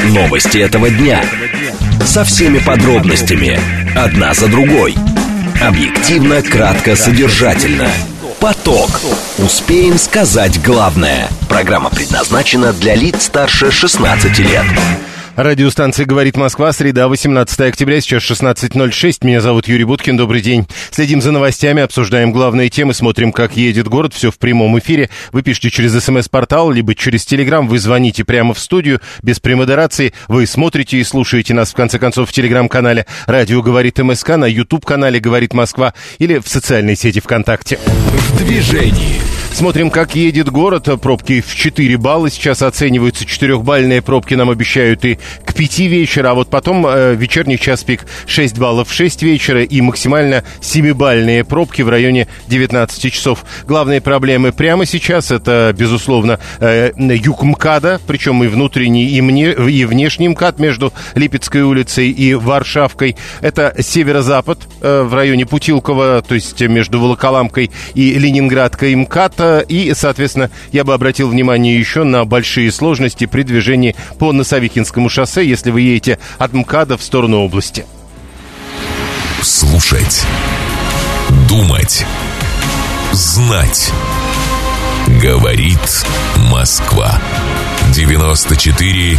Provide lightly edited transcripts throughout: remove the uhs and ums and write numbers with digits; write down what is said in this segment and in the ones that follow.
Новости этого дня. Со всеми подробностями. Одна за другой. Объективно, кратко, содержательно. Поток. Успеем сказать главное. Программа предназначена для лиц старше 16 лет. Радиостанция «Говорит Москва», среда, 18 октября, сейчас 16:06. Меня зовут Юрий Буткин, добрый день. Следим за новостями, обсуждаем главные темы, смотрим, как едет город, все в прямом эфире. Вы пишите через СМС-портал, либо через Телеграм, вы звоните прямо в студию, без премодерации. Вы смотрите и слушаете нас, в конце концов, в Телеграм-канале «Радио говорит МСК», на YouTube-канале «Говорит Москва» или в социальной сети ВКонтакте. В движении. Смотрим, как едет город. Пробки в 4 балла сейчас оцениваются. 4-бальные пробки нам обещают и к 5 вечера. А вот потом вечерний час пик 6 баллов в 6 вечера. И максимально 7-бальные пробки в районе 19 часов. Главные проблемы прямо сейчас — это, безусловно, юг МКАДа. Причем и внутренний, и внешний МКАД между Липецкой улицей и Варшавкой. Это северо-запад в районе Путилково, то есть между Волоколамкой и Ленинградкой МКАД. И, соответственно, я бы обратил внимание еще на большие сложности при движении по Носовихинскому шоссе, если вы едете от МКАДа в сторону области. Слушать. Думать. Знать. Говорит Москва. 94,8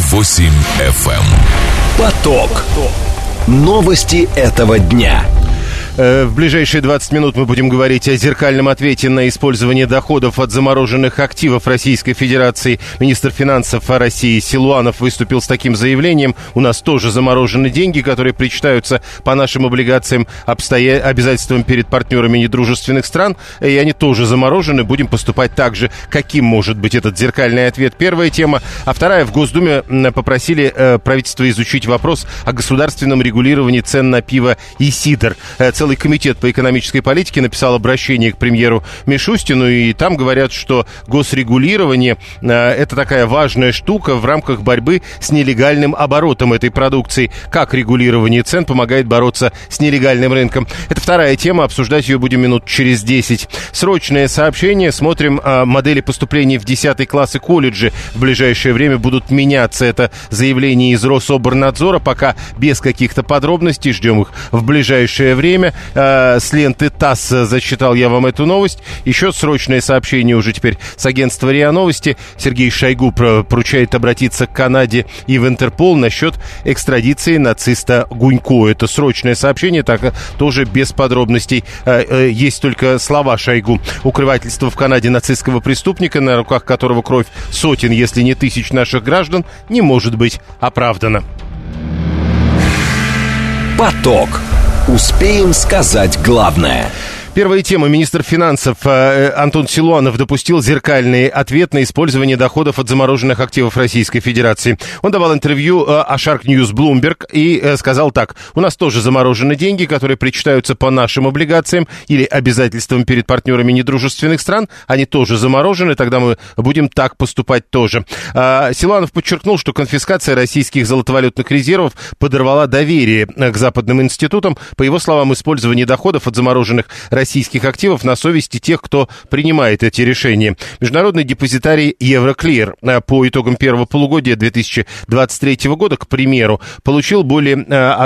FM. Поток. Новости этого дня. В ближайшие 20 минут мы будем говорить о зеркальном ответе на использование доходов от замороженных активов Российской Федерации. Министр финансов России Силуанов выступил с таким заявлением. У нас тоже заморожены деньги, которые причитаются по нашим облигациям, обязательствам перед партнерами недружественных стран. И они тоже заморожены. Будем поступать так же. Каким может быть этот зеркальный ответ? Первая тема. А вторая. В Госдуме попросили правительство изучить вопрос о государственном регулировании цен на пиво и сидр. Целый комитет по экономической политике написал обращение к премьеру Мишустину, и там говорят, что госрегулирование – это такая важная штука в рамках борьбы с нелегальным оборотом этой продукции. Как регулирование цен помогает бороться с нелегальным рынком? Это вторая тема, обсуждать ее будем минут через 10. Срочное сообщение. Смотрим, модели поступления в 10 классы колледжи в ближайшее время будут меняться. Это заявление из Рособорнадзора, пока без каких-то подробностей. Ждем их в ближайшее время. С ленты ТАСС зачитал я вам эту новость. Еще срочное сообщение уже теперь с агентства РИА Новости. Сергей Шойгу поручает обратиться к Канаде и в Интерпол насчет экстрадиции нациста Гунько. Это срочное сообщение, так тоже без подробностей. Есть только слова Шойгу. Укрывательство в Канаде нацистского преступника, на руках которого кровь сотен, если не тысяч наших граждан, не может быть оправдано. Поток. Успеем сказать главное. Первая тема. Министр финансов Антон Силуанов допустил зеркальный ответ на использование доходов от замороженных активов Российской Федерации. Он давал интервью Shark News Bloomberg и сказал так. У нас тоже заморожены деньги, которые причитаются по нашим облигациям или обязательствам перед партнерами недружественных стран. Они тоже заморожены, тогда мы будем так поступать тоже. Силуанов подчеркнул, что конфискация российских золотовалютных резервов подорвала доверие к западным институтам. По его словам, использование доходов от замороженных российских активов на совести тех, кто принимает эти решения. Международный депозитарий Евроклир по итогам первого полугодия 2023 года, к примеру, получил более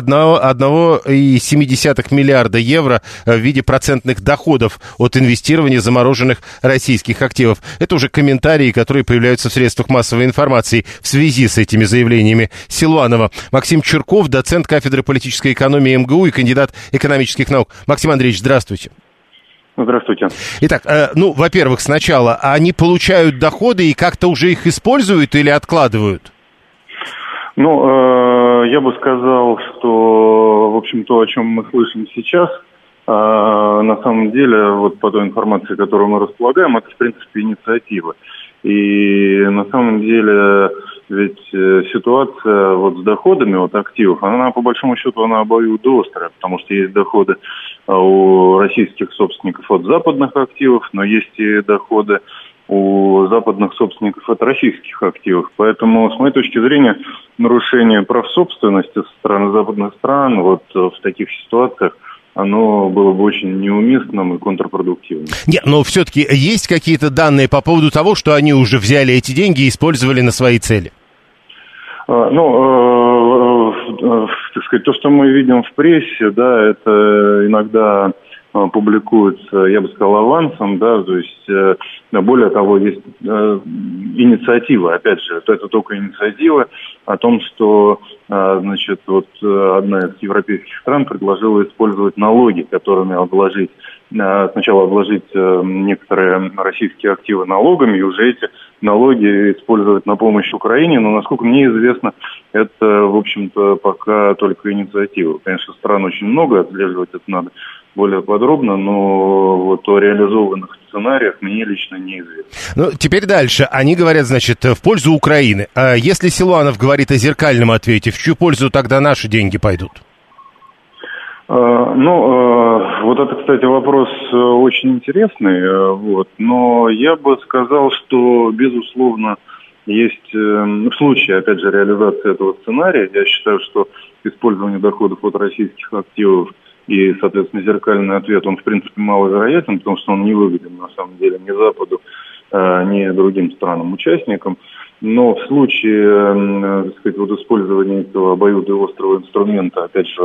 1,7 миллиарда евро в виде процентных доходов от инвестирования замороженных российских активов. Это уже комментарии, которые появляются в средствах массовой информации в связи с этими заявлениями Силуанова. Максим Чирков, доцент кафедры политической экономии МГУ и кандидат экономических наук. Максим Андреевич, здравствуйте. Здравствуйте. Итак, во-первых, сначала, они получают доходы и как-то уже их используют или откладывают? Я бы сказал, что, в общем, то, о чем мы слышим сейчас, на самом деле, вот по той информации, которую мы располагаем, это, в принципе, инициатива. И на самом деле, ведь ситуация вот с доходами от активов, она, по большому счету, она обоюдоострая, потому что есть доходы у российских собственников от западных активов, но есть и доходы у западных собственников от российских активов. Поэтому, с моей точки зрения, нарушение прав собственности со стороны западных стран вот в таких ситуациях, оно было бы очень неуместным и контрпродуктивным. Нет, но все-таки есть какие-то данные по поводу того, что они уже взяли эти деньги и использовали на свои цели? Так сказать, то, что мы видим в прессе, да, это иногда публикуется, я бы сказал, авансом, да, то есть, более того, есть инициатива, опять же, это только инициатива о том, что, значит, вот одна из европейских стран предложила использовать налоги, которыми сначала обложить некоторые российские активы налогами, и уже эти налоги использовать на помощь Украине, но, насколько мне известно, это, в общем-то, пока только инициатива. Конечно, стран очень много, отслеживать это надо более подробно, но вот о реализованных сценариях мне лично неизвестно. Ну, теперь дальше. Они говорят, значит, в пользу Украины. А если Силуанов говорит о зеркальном ответе, в чью пользу тогда наши деньги пойдут? Вот это, кстати, вопрос очень интересный, вот, но я бы сказал, что, безусловно, есть в случае, опять же, реализации этого сценария, я считаю, что использование доходов от российских активов и, соответственно, зеркальный ответ, он, в принципе, маловероятен, потому что он не выгоден, на самом деле, ни Западу, ни другим странам-участникам. Но в случае, так сказать, вот использования этого обоюдоострого инструмента, опять же,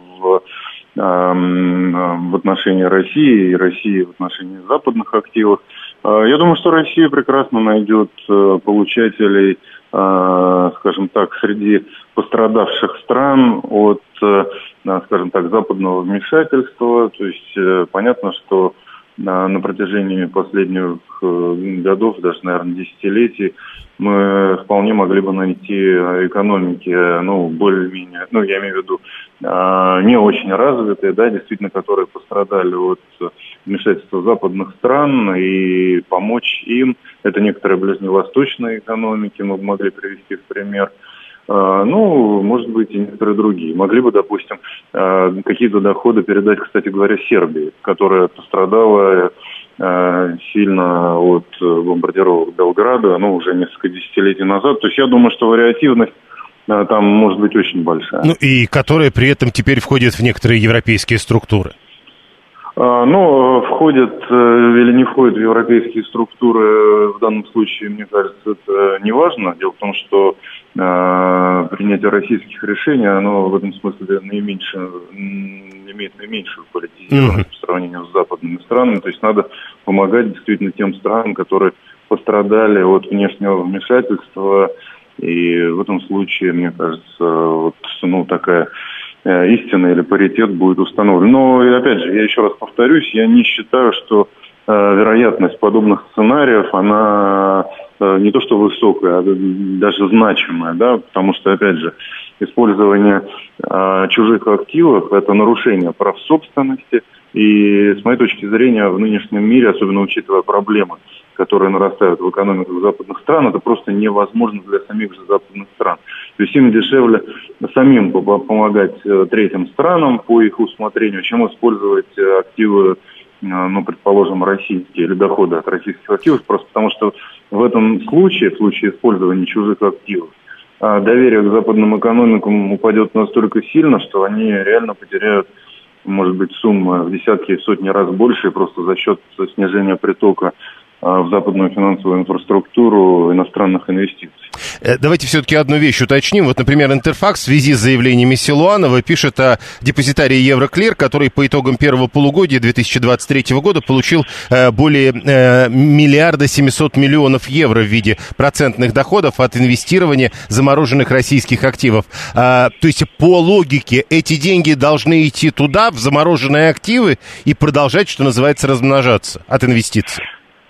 в отношении России и России в отношении западных активов, я думаю, что Россия прекрасно найдет получателей, скажем так, среди пострадавших стран от, скажем так, западного вмешательства. То есть понятно, что на протяжении последних годов, даже, наверное, десятилетий, мы вполне могли бы найти экономики, более-менее, я имею в виду, не очень развитые, да, действительно, которые пострадали от вмешательства западных стран, и помочь им. Это некоторые ближневосточные экономики, мы могли привести в пример. Может быть, и некоторые другие. Могли бы, допустим, какие-то доходы передать, кстати говоря, Сербии, которая пострадала сильно от бомбардировок Белграда, уже несколько десятилетий назад. То есть я думаю, что вариативность там может быть очень большая. И которая при этом теперь входит в некоторые европейские структуры. Входит или не входит в европейские структуры, в данном случае, мне кажется, это не важно. Дело в том, что принятие российских решений, оно в этом смысле имеет наименьшую политизированность по сравнению с западными странами. То есть надо помогать действительно тем странам, которые пострадали от внешнего вмешательства. И в этом случае, мне кажется, такая истина или паритет будет установлен. Но, и опять же, я еще раз повторюсь, я не считаю, что вероятность подобных сценариев, она не то что высокая, а даже значимая, да, потому что, опять же, использование чужих активов – это нарушение прав собственности, и, с моей точки зрения, в нынешнем мире, особенно учитывая проблемы, которые нарастают в экономиках западных стран, это просто невозможно для самих же западных стран. То есть им дешевле самим помогать третьим странам по их усмотрению, чем использовать активы, предположим, российские или доходы от российских активов, просто потому что в этом случае, в случае использования чужих активов, доверие к западным экономикам упадет настолько сильно, что они реально потеряют, может быть, суммы в десятки и сотни раз больше просто за счет снижения притока в западную финансовую инфраструктуру иностранных инвестиций. Давайте все-таки одну вещь уточним. Вот, например, Интерфакс в связи с заявлениями Силуанова пишет о депозитарии Евроклир, который по итогам первого полугодия 2023 года получил более 1 700 000 000 евро в виде процентных доходов от инвестирования замороженных российских активов. То есть по логике эти деньги должны идти туда, в замороженные активы, и продолжать, что называется, размножаться от инвестиций.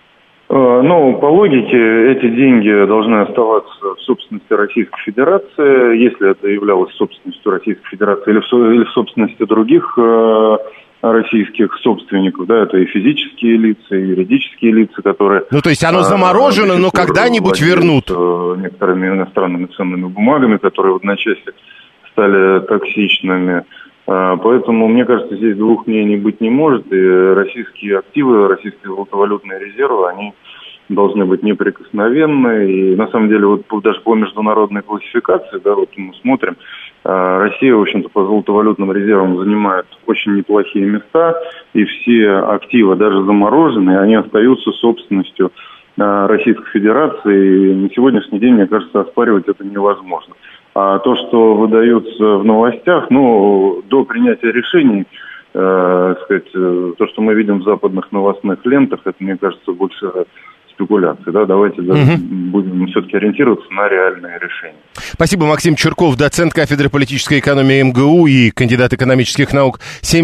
По логике, эти деньги должны оставаться в собственности Российской Федерации, если это являлось собственностью Российской Федерации или в собственности других российских собственников, да, это и физические лица, и юридические лица, которые... то есть оно заморожено, но когда-нибудь вернут. Некоторыми иностранными ценными бумагами, которые в одночасье стали токсичными. Поэтому, мне кажется, здесь двух мнений быть не может, и российские активы, российские золотовалютные резервы, они должны быть неприкосновенны, и на самом деле даже по международной классификации, да, мы смотрим, Россия, в общем-то, по золотовалютным резервам занимает очень неплохие места, и все активы, даже замороженные, они остаются собственностью Российской Федерации, и на сегодняшний день, мне кажется, оспаривать это невозможно. А то, что выдается в новостях, до принятия решений, то, что мы видим в западных новостных лентах, это, мне кажется, больше спекуляции. Да? Давайте будем все-таки ориентироваться на реальные решения. Спасибо. Максим Чурков, доцент кафедры политической экономии МГУ и кандидат экономических наук.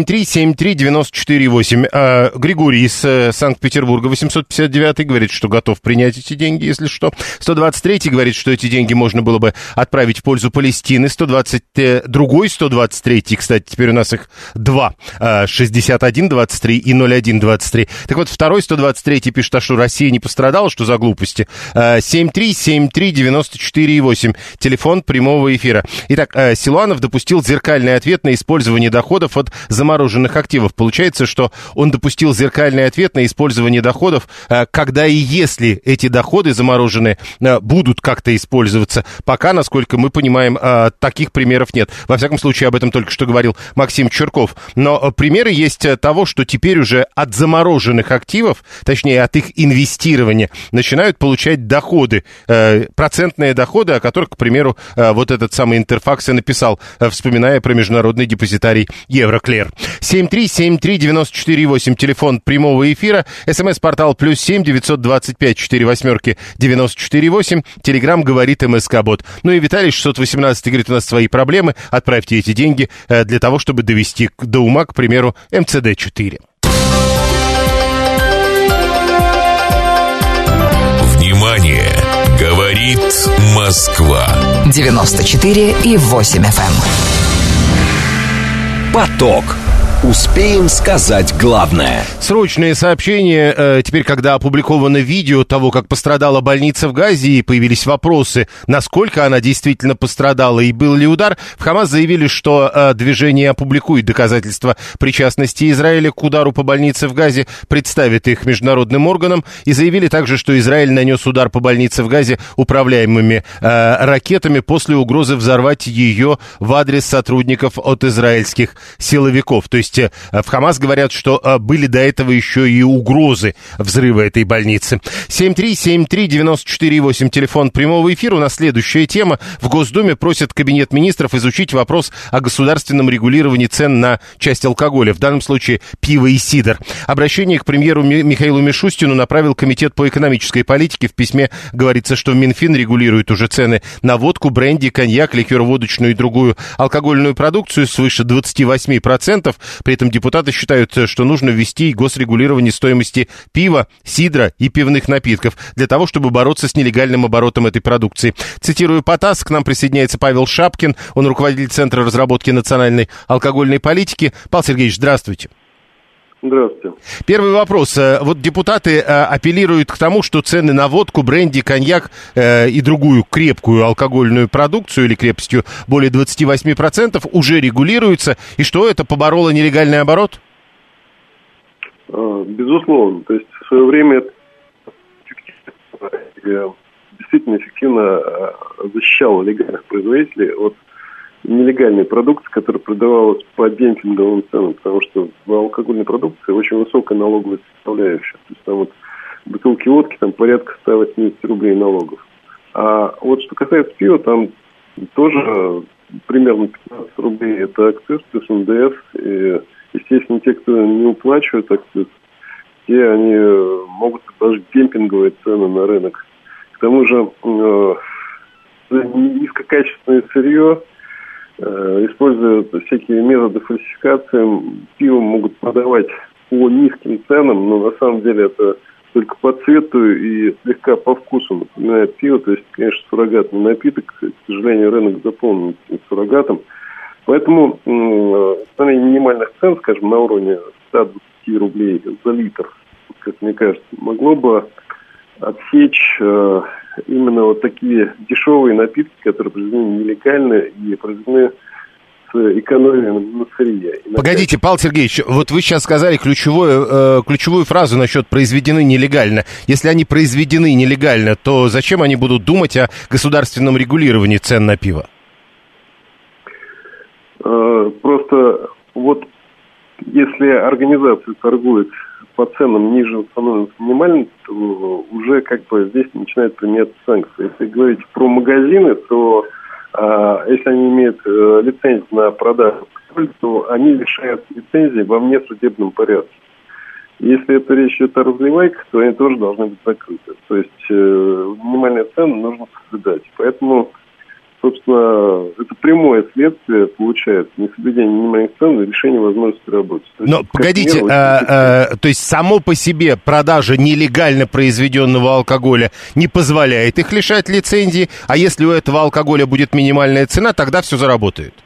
7373948. Григорий из Санкт-Петербурга, 859 говорит, что готов принять эти деньги, если что. 123 говорит, что эти деньги можно было бы отправить в пользу Палестины. 123, кстати, теперь у нас их два. 6123 и 0123. Так вот, второй 123 пишет, что Россия не пострадала, что за глупости. 7373948. Телефон прямого эфира. Итак, Силуанов допустил зеркальный ответ на использование доходов от замороженных активов. Получается, что он допустил зеркальный ответ на использование доходов, когда и если эти доходы замороженные будут как-то использоваться. Пока, насколько мы понимаем, таких примеров нет. Во всяком случае, об этом только что говорил Максим Чурков. Но примеры есть того, что теперь уже от замороженных активов, точнее, от их инвестирования, начинают получать доходы, процентные доходы, о которых, к примеру, вот этот самый Интерфакс и написал, вспоминая про международный депозитарий Евроклер. 7373948, телефон прямого эфира, СМС-портал +7 925 48 948, Телеграм говорит МСК-бот. Ну и Виталий 618 говорит, у нас свои проблемы, отправьте эти деньги для того, чтобы довести до ума, к примеру, МЦД-4. Внимание! Говорит Москва. 94,8 FM. Поток. Успеем сказать главное. Срочные сообщения. Теперь, когда опубликовано видео того, как пострадала больница в Газе, и появились вопросы, насколько она действительно пострадала и был ли удар, в ХАМАС заявили, что движение опубликует доказательства причастности Израиля к удару по больнице в Газе, представит их международным органам, и заявили также, что Израиль нанес удар по больнице в Газе управляемыми ракетами после угрозы взорвать ее в адрес сотрудников от израильских силовиков. То есть в ХАМАС говорят, что были до этого еще и угрозы взрыва этой больницы. 7373948, телефон прямого эфира. У нас следующая тема. В Госдуме просят Кабинет министров изучить вопрос о государственном регулировании цен на часть алкоголя, в данном случае пиво и сидр. Обращение к премьеру Михаилу Мишустину направил Комитет по экономической политике. В письме говорится, что Минфин регулирует уже цены на водку, бренди, коньяк, ликероводочную и другую алкогольную продукцию свыше 28%. При этом депутаты считают, что нужно ввести госрегулирование стоимости пива, сидра и пивных напитков для того, чтобы бороться с нелегальным оборотом этой продукции. Цитирую ПОТАСС, к нам присоединяется Павел Шапкин, он руководитель Центра разработки национальной алкогольной политики. Павел Сергеевич, здравствуйте. Здравствуйте. Первый вопрос. Вот депутаты апеллируют к тому, что цены на водку, бренди, коньяк и другую крепкую алкогольную продукцию или крепостью более 28% уже регулируются, и что это побороло нелегальный оборот? Безусловно. То есть в свое время действительно эффективно защищало легальных производителей от нелегальной продукции, которая продавалась по демпинговым ценам, потому что в алкогольной продукции очень высокая налоговая составляющая. То есть там вот бутылки водки там порядка 180 рублей налогов. А вот что касается пива, там тоже примерно 15 рублей это акциз плюс НДС. И, естественно, те, кто не уплачивает акциз, те они могут предложить демпинговые цены на рынок. К тому же низкокачественное сырье, используя всякие методы фальсификации, пиво могут продавать по низким ценам, но на самом деле это только по цвету и слегка по вкусу напоминает пиво. То есть, конечно, суррогатный напиток, к сожалению, рынок заполнен суррогатом. Поэтому установление минимальных цен, скажем, на уровне 120 рублей за литр, как мне кажется, могло бы отсечь именно вот такие дешевые напитки, которые произведены нелегально и произведены с экономией на сырье. Погодите, Павел Сергеевич, вот вы сейчас сказали ключевую фразу насчет «произведены нелегально». Если они произведены нелегально, то зачем они будут думать о государственном регулировании цен на пиво? Просто вот если организация торгует по ценам ниже установленных минимальных, то уже как бы здесь начинают применяться санкции. Если говорить про магазины, то если они имеют лицензию на продажу, то они лишают лицензии во внесудебном порядке. Если это речь идет о разливайках, то они тоже должны быть закрыты. То есть минимальные цены нужно соблюдать. Поэтому, собственно, это прямое следствие получается несоблюдение минимальных цен и решение возможности работы. Но погодите, то есть само по себе продажа нелегально произведенного алкоголя не позволяет их лишать лицензии, а если у этого алкоголя будет минимальная цена, тогда все заработает?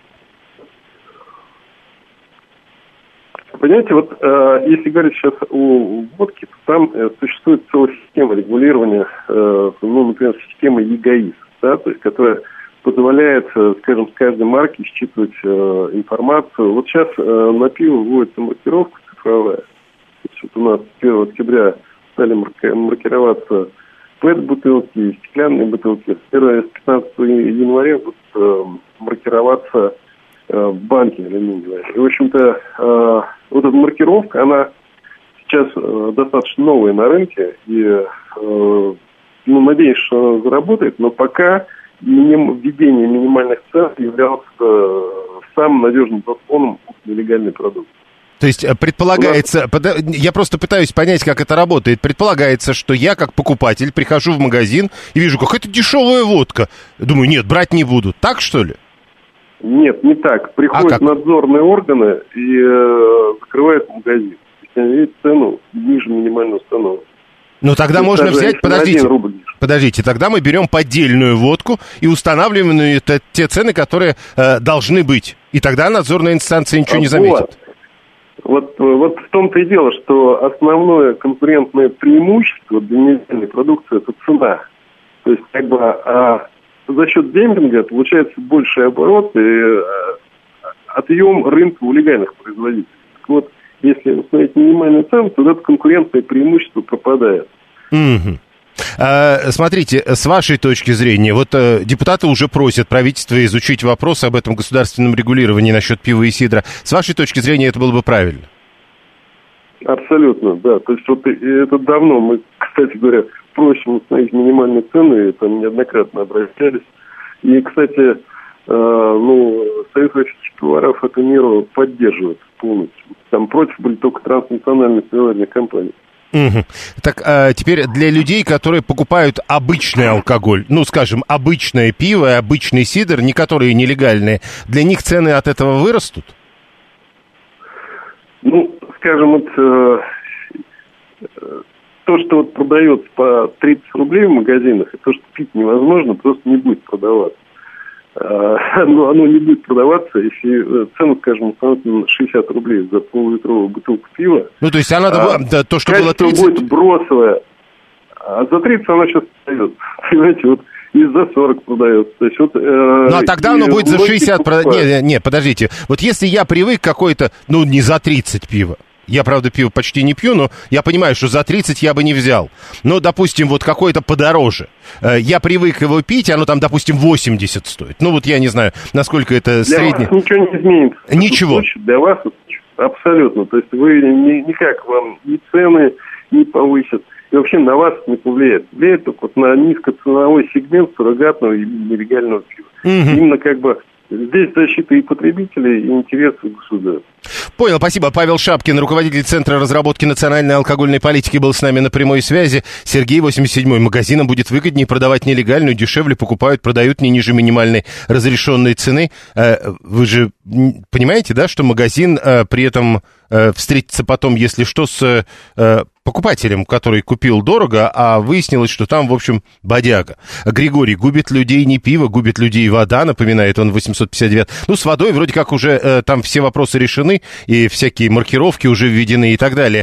Понимаете, вот если говорить сейчас о водке, то там существует целая система регулирования, например, система ЕГАИС, да, то есть которая позволяет, скажем, с каждой марки считывать информацию. Вот сейчас на пиво вводится маркировка цифровая. То есть вот у нас с 1 октября стали маркироваться ПЭТ-бутылки, стеклянные бутылки. С 15 января будут маркироваться банки алюминиевые. И, в общем-то, вот эта маркировка, она сейчас достаточно новая на рынке, и надеюсь, что она заработает, но пока введение минимальных цен являлось самым надежным заслоном нелегальной продукции. То есть предполагается, я просто пытаюсь понять, как это работает. Предполагается, что я, как покупатель, прихожу в магазин и вижу, какая-то дешевая водка. Думаю, нет, брать не буду. Так, что ли? Нет, не так. Приходят надзорные органы и закрывают магазин. Если они видят цену ниже минимального установки. Ну, тогда можно взять, подождите, тогда мы берем поддельную водку и устанавливаем те цены, которые должны быть. И тогда надзорная инстанция ничего не заметит. Вот в том-то и дело, что основное конкурентное преимущество для нелегальной продукции – это цена. То есть, как бы, за счет демпинга получается больший оборот и отъем рынка у легальных производителей. Так вот, если установить минимальную цену, то это конкурентное преимущество пропадает. Смотрите, с вашей точки зрения, вот депутаты уже просят правительство изучить вопрос об этом государственном регулировании насчет пива и сидра. С вашей точки зрения, это было бы правильно? Абсолютно, да. То есть вот это давно мы, кстати говоря, просим установить минимальные цены, там неоднократно обращались. И, кстати, Союз российских поваров эту меру поддерживает полностью. Там против были только транснациональные пивоварные компании. Угу. Так, теперь для людей, которые покупают обычный алкоголь, скажем, обычное пиво и обычный сидр, не которые нелегальные, для них цены от этого вырастут? Скажем, то, что продается по 30 рублей в магазинах, и то, что пить невозможно, просто не будет продаваться. Оно не будет продаваться, если цену, скажем, установить 60 рублей за пол-литровую бутылку пива. То есть она то, что было 30... будет бросовая, а за 30 она сейчас продает. Понимаете, и за 40 продается. То есть тогда оно будет за 60... Не, подождите. Вот если я привык какой-то, не за 30 пива. Я, правда, пиво почти не пью, но я понимаю, что за 30 я бы не взял. Но, допустим, вот какое-то подороже. Я привык его пить, оно там, допустим, 80 стоит. Я не знаю, насколько это среднее. Для вас ничего не изменится. Ничего. Для вас абсолютно. То есть вы никак вам ни цены не повысят. И вообще на вас не повлияет. Влияет только на низкоценовой сегмент суррогатного и нелегального пива. Угу. Именно здесь защита и потребителей, и интересы государства. Понял, спасибо. Павел Шапкин, руководитель Центра разработки национальной алкогольной политики, был с нами на прямой связи. Сергей, 87-й. Магазинам будет выгоднее продавать нелегальную, дешевле покупают, продают не ниже минимальной разрешенной цены. Вы же понимаете, да, что магазин при этом встретится потом, если что, с покупателем, который купил дорого, а выяснилось, что там, в общем, бодяга. Григорий: губит людей не пиво, губит людей вода, напоминает он, 859. С водой вроде как уже там все вопросы решены, и всякие маркировки уже введены и так далее.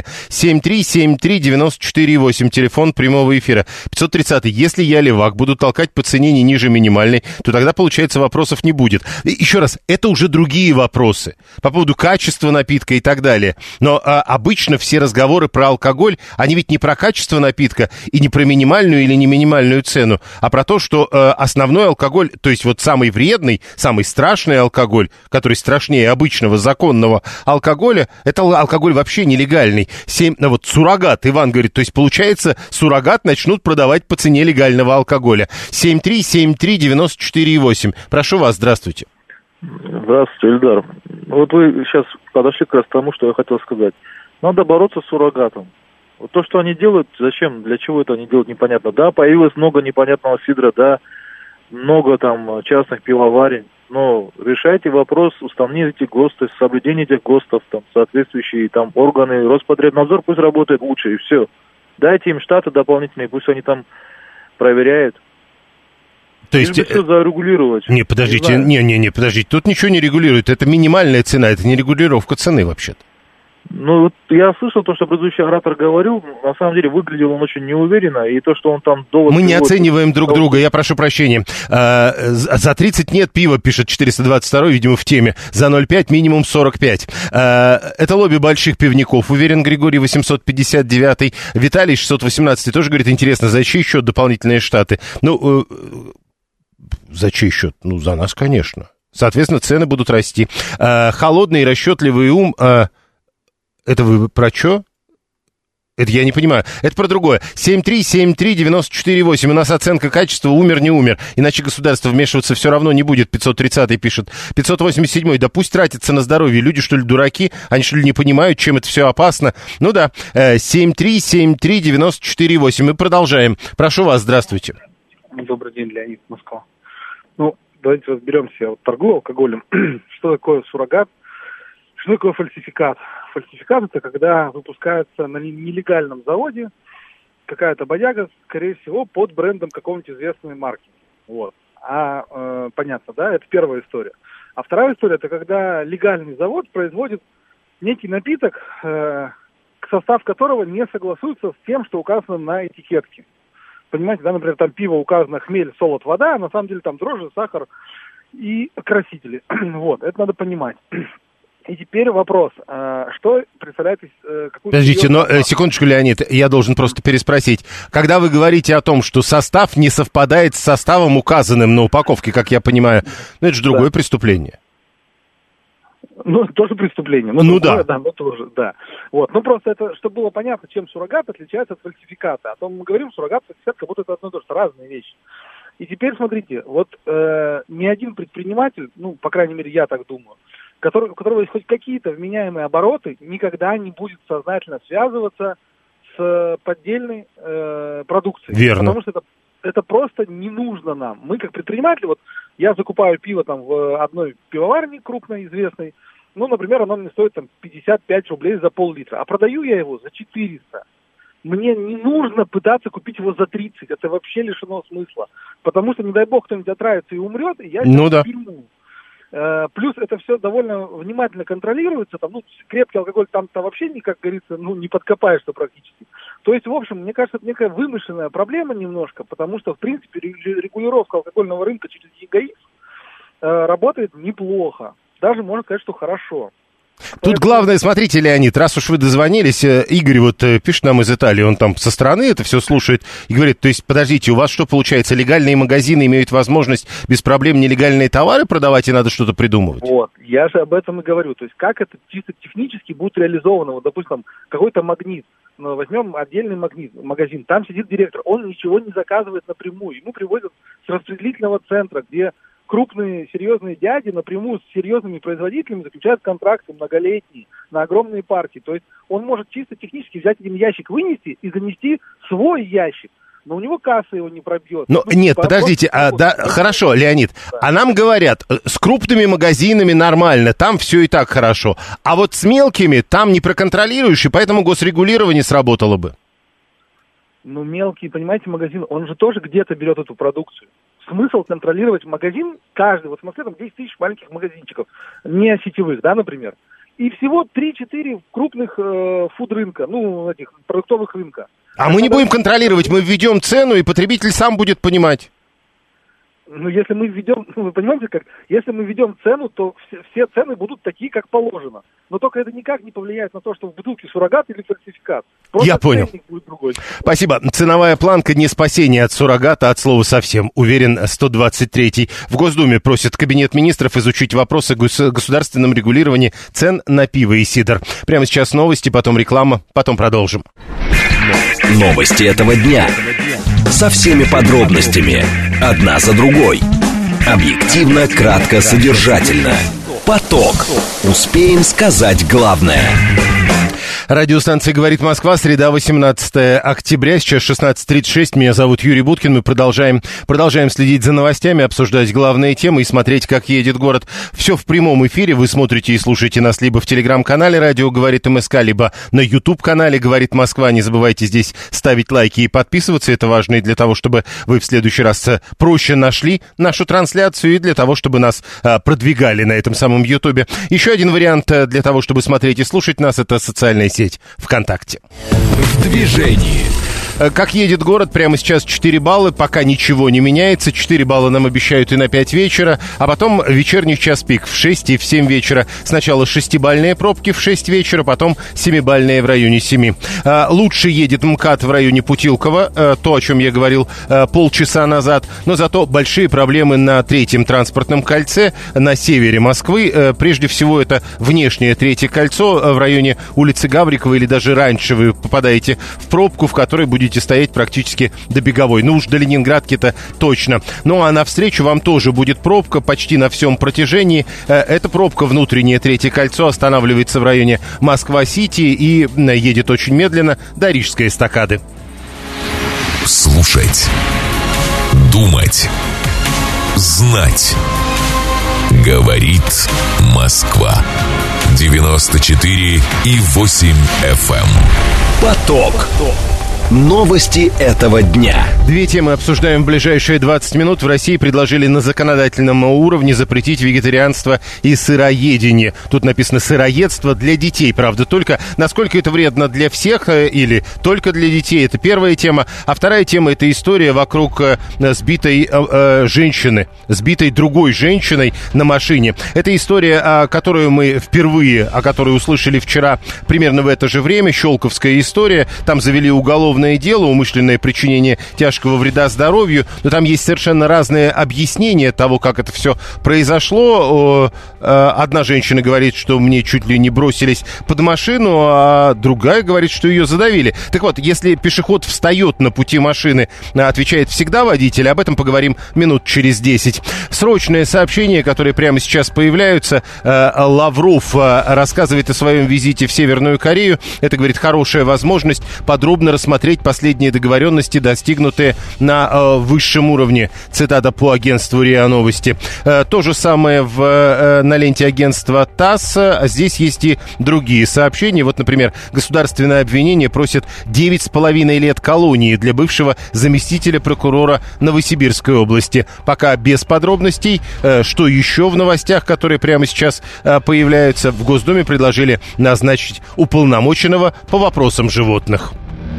7373948, телефон прямого эфира. 530. Если я, левак, буду толкать по цене не ниже минимальной, то тогда, получается, вопросов не будет. Еще раз, это уже другие другие вопросы по поводу качества напитка и так далее. Но обычно все разговоры про алкоголь, они ведь не про качество напитка и не про минимальную или не минимальную цену, а про то, что основной алкоголь, то есть вот самый вредный, самый страшный алкоголь, который страшнее обычного законного алкоголя, это алкоголь вообще нелегальный. Вот суррогат, Иван говорит, то есть получается, суррогат начнут продавать по цене легального алкоголя. 7373948. Прошу вас, здравствуйте. Здравствуйте, Ильдар. Вот вы сейчас подошли как раз к тому, что я хотел сказать. Надо бороться с суррогатом. Вот то, что они делают, зачем, для чего это они делают, непонятно. Да, появилось много непонятного сидра, да, много там частных пивоварен, но решайте вопрос, установите ГОСТы, соблюдение этих ГОСТов, там, соответствующие там органы, Роспотребнадзор пусть работает лучше, и все. Дайте им штаты дополнительные, пусть они там проверяют. То есть... все зарегулировать. Не, подождите, подождите, тут ничего не регулирует, это минимальная цена, это не регулировка цены вообще-то. Ну, вот я слышал то, что предыдущий оратор говорил, на самом деле выглядел он очень неуверенно, и то, что он там довод... Мы не оцениваем друг друга, я прошу прощения. За 30 нет пива, пишет 422, видимо, в теме, за 0,5 минимум 45. Это лобби больших пивников, уверен Григорий 859. Виталий 618 тоже говорит, интересно, за чей счет дополнительные штаты? Ну, за чей счет? Ну, за нас, конечно. Соответственно, цены будут расти. Холодный и расчетливый ум... Это вы про что? Это я не понимаю. Это про другое. 7373948. У нас оценка качества умер, не умер. Иначе государство вмешиваться все равно не будет. 530 пишет. 587. Да пусть тратится на здоровье. Люди, что ли, дураки? Они, что ли, не понимают, чем это все опасно? Ну да. 7373948. Мы продолжаем. Прошу вас, здравствуйте. Добрый день, Леонид, Москва. Ну, давайте разберемся. Я вот торгую алкоголем. Что такое суррогат? Что такое фальсификат? Фальсификат – это когда выпускается на нелегальном заводе какая-то бодяга, скорее всего, под брендом какого-нибудь известной марки. Вот. Понятно, да? Это первая история. А вторая история – это когда легальный завод производит некий напиток, состав которого не согласуется с тем, что указано на этикетке. Понимаете, да, например, там пиво указано хмель, солод, вода, а на самом деле там дрожжи, сахар и красители. Вот, это надо понимать. И теперь вопрос, что представляет какую-то... Подождите, но секундочку, Леонид, я должен просто переспросить. Когда вы говорите о том, что состав не совпадает с составом, указанным на упаковке, как я понимаю, ну это же другое преступление. Ну, тоже преступление. Ну да. Да, ну тоже, да. Вот. Ну просто это, чтобы было понятно, чем суррогат отличается от фальсификата. А то мы говорим, суррогат, фальсификат, как будто это одно и то же, разные вещи. И теперь смотрите, вот ни один предприниматель, ну, по крайней мере, я так думаю, у которого есть хоть какие-то вменяемые обороты, никогда не будет сознательно связываться с поддельной продукцией. Верно. Потому что это просто не нужно нам. Мы, как предприниматели, вот я закупаю пиво там в одной пивоварне крупной, известной, ну, например, оно мне стоит там 55 рублей за пол-литра, а продаю я его за 400. Мне не нужно пытаться купить его за 30, это вообще лишено смысла. Потому что, не дай бог, кто-нибудь отравится и умрет, и я сейчас пильну. Плюс это все довольно внимательно контролируется, там, ну, крепкий алкоголь там-то вообще, как говорится, ну, не подкопаешься практически. То есть, в общем, мне кажется, это некая вымышленная проблема немножко, потому что, в принципе, регулировка алкогольного рынка через ЕГАИС работает неплохо. Даже можно сказать, что хорошо. Тут главное, смотрите, Леонид, раз уж вы дозвонились, Игорь вот пишет нам из Италии, он там со стороны это все слушает и говорит, то есть, подождите, у вас что получается, легальные магазины имеют возможность без проблем нелегальные товары продавать и надо что-то придумывать? Вот, я же об этом и говорю, то есть, как это чисто технически будет реализовано, вот, допустим, какой-то магнит, ну, возьмем отдельный магазин, там сидит директор, он ничего не заказывает напрямую, ему привозят с распределительного центра, где крупные серьезные дяди напрямую с серьезными производителями заключают контракты многолетние на огромные партии. То есть он может чисто технически взять один ящик, вынести и занести свой ящик. Но у него касса его не пробьет. Ну, нет, подождите, хорошо, Леонид, да. А нам говорят, с крупными магазинами нормально, там все и так хорошо. А вот с мелкими там не проконтролируешь, и поэтому госрегулирование сработало бы. Ну, мелкий, понимаете, магазин, он же тоже где-то берет эту продукцию. Смысл контролировать магазин каждый. Вот в Москве там 10 тысяч маленьких магазинчиков, не сетевых, да, например. И всего 3-4 крупных фуд-рынка, ну, этих продуктовых рынка. А мы не будем контролировать, мы введем цену, и потребитель сам будет понимать. Ну, если мы введем, вы понимаете как, если мы введем цену, то все цены будут такие, как положено. Но только это никак не повлияет на то, что в бутылке суррогат или фальсификат. Просто я понял. Будет другой. Спасибо. Ценовая планка не спасение от суррогата, от слова совсем, уверен 123-й. В Госдуме просит Кабинет министров изучить вопросы о государственном регулировании цен на пиво и сидр. Прямо сейчас новости, потом реклама, потом продолжим. Новости этого дня. Со всеми подробностями. Одна за другой. Объективно, кратко, содержательно. Поток. Успеем сказать главное. Радиостанция «Говорит Москва», среда, 18 октября, сейчас 16:36. Меня зовут Юрий Буткин. Мы продолжаем следить за новостями, обсуждать главные темы и смотреть, как едет город. Все в прямом эфире. Вы смотрите и слушаете нас либо в телеграм-канале «Радио говорит МСК», либо на YouTube-канале «Говорит Москва». Не забывайте здесь ставить лайки и подписываться. Это важно и для того, чтобы вы в следующий раз проще нашли нашу трансляцию и для того, чтобы нас продвигали на этом самом YouTube. Еще один вариант для того, чтобы смотреть и слушать нас, это социальная сеть ВКонтакте. В движении. Как едет город, прямо сейчас 4 балла, пока ничего не меняется. 4 балла нам обещают и на 5 вечера, а потом вечерний час пик в 6 и в 7 вечера. Сначала 6-бальные пробки в 6 вечера, потом 7-бальные в районе 7. Лучше едет МКАД в районе Путилково, то, о чем я говорил полчаса назад, но зато большие проблемы на третьем транспортном кольце на севере Москвы. Прежде всего, это внешнее третье кольцо в районе улицы Гаврикова, или даже раньше вы попадаете в пробку, в которой будете стоять практически до Беговой. Ну уж до Ленинградки-то точно. Ну а навстречу вам тоже будет пробка почти на всем протяжении. Эта пробка внутреннее третье кольцо останавливается в районе Москва-Сити и едет очень медленно до Рижской эстакады. Слушать. Думать. Знать. Говорит Москва. 94,8 FM. Поток. Новости этого дня. Две темы обсуждаем в ближайшие 20 минут. В России предложили на законодательном уровне запретить вегетарианство и сыроедение. Тут написано «сыроедство для детей». Правда, только насколько это вредно для всех или только для детей, это первая тема. А вторая тема — это история вокруг сбитой женщины, сбитой другой женщиной на машине. Это история, которую мы впервые, о которой услышали вчера примерно в это же время. Щелковская история. Там завели уголовное дело, умышленное причинение тяжкого вреда здоровью, но там есть совершенно разные объяснения того, как это все произошло. Одна женщина говорит, что мне чуть ли не бросились под машину, а другая говорит, что ее задавили. Так вот, если пешеход встает на пути машины, отвечает всегда водитель. Об этом поговорим минут через 10. Срочное сообщение, которое прямо сейчас появляются. Лавров рассказывает о своем визите в Северную Корею. Это, говорит, хорошая возможность подробно рассмотреть последние договоренности, достигнутые на высшем уровне. Цитата по агентству РИА Новости. То же самое на ленте агентства ТАСС. Здесь есть и другие сообщения. Вот, например, государственное обвинение просит 9,5 лет колонии для бывшего заместителя прокурора Новосибирской области. Пока без подробностей. Что еще в новостях, которые прямо сейчас появляются? В Госдуме предложили назначить уполномоченного по вопросам животных.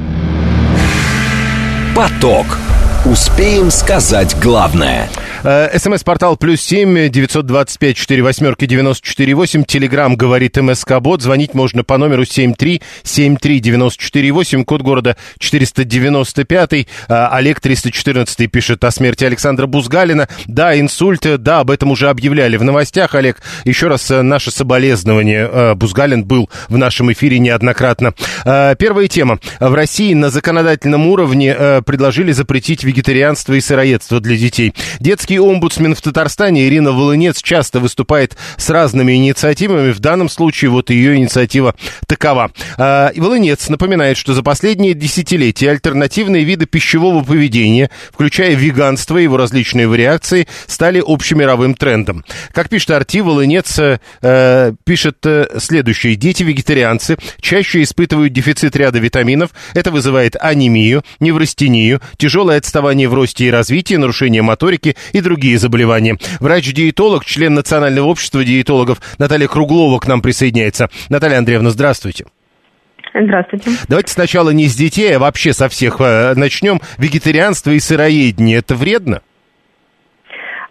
Поток. Успеем сказать главное. СМС-портал +7 925 48 94 8. Телеграм «Говорит МСК-бот». Звонить можно по номеру 7373948. Код города 495. Олег 314 пишет о смерти Александра Бузгалина. Да, инсульт, да, об этом уже объявляли в новостях. Олег, еще раз наше соболезнование. Бузгалин был в нашем эфире неоднократно. Первая тема. В России на законодательном уровне предложили запретить вегетарианство и сыроедство для детей. Детский омбудсмен в Татарстане Ирина Волынец часто выступает с разными инициативами. В данном случае вот ее инициатива такова. Волынец напоминает, что за последние десятилетия альтернативные виды пищевого поведения, включая веганство и его различные вариации, стали общемировым трендом. Как пишет Арти, Волынец пишет следующее. Дети-вегетарианцы чаще испытывают дефицит ряда витаминов. Это вызывает анемию, неврастению, тяжелое отставание в росте и развитии, нарушение моторики и другие заболевания. Врач-диетолог, член Национального общества диетологов Наталья Круглова к нам присоединяется. Наталья Андреевна, здравствуйте. Здравствуйте. Давайте сначала не с детей, а вообще со всех начнем. Вегетарианство и сыроедение – это вредно?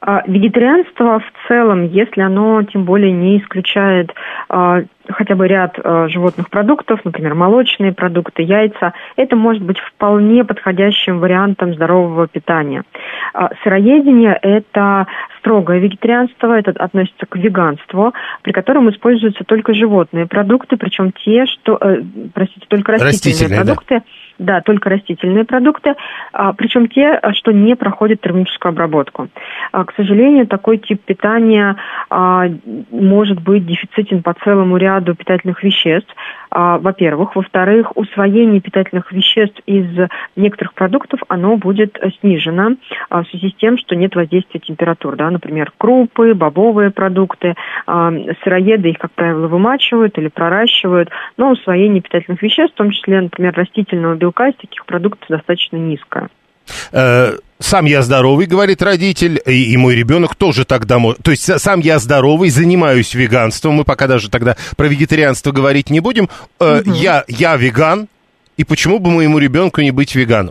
Вегетарианство в целом, если оно тем более не исключает хотя бы ряд животных продуктов, например, молочные продукты, яйца, это может быть вполне подходящим вариантом здорового питания. Сыроедение – это строгое вегетарианство, это относится к веганству, при котором используются только животные продукты, причем только растительные продукты. Да, только растительные продукты, причем те, что не проходят термическую обработку. К сожалению, такой тип питания может быть дефицитен по целому ряду питательных веществ, во-первых. Во-вторых, усвоение питательных веществ из некоторых продуктов, оно будет снижено в связи с тем, что нет воздействия температур. Да? Например, крупы, бобовые продукты, сыроеды их, как правило, вымачивают или проращивают, но усвоение питательных веществ, в том числе, например, растительного белка, из таких продуктов достаточно низкое. Сам я здоровый, говорит родитель, и мой ребенок тоже тогда может. То есть сам я здоровый, занимаюсь веганством, мы пока даже тогда про вегетарианство говорить не будем. Я веган, и почему бы моему ребенку не быть веганом?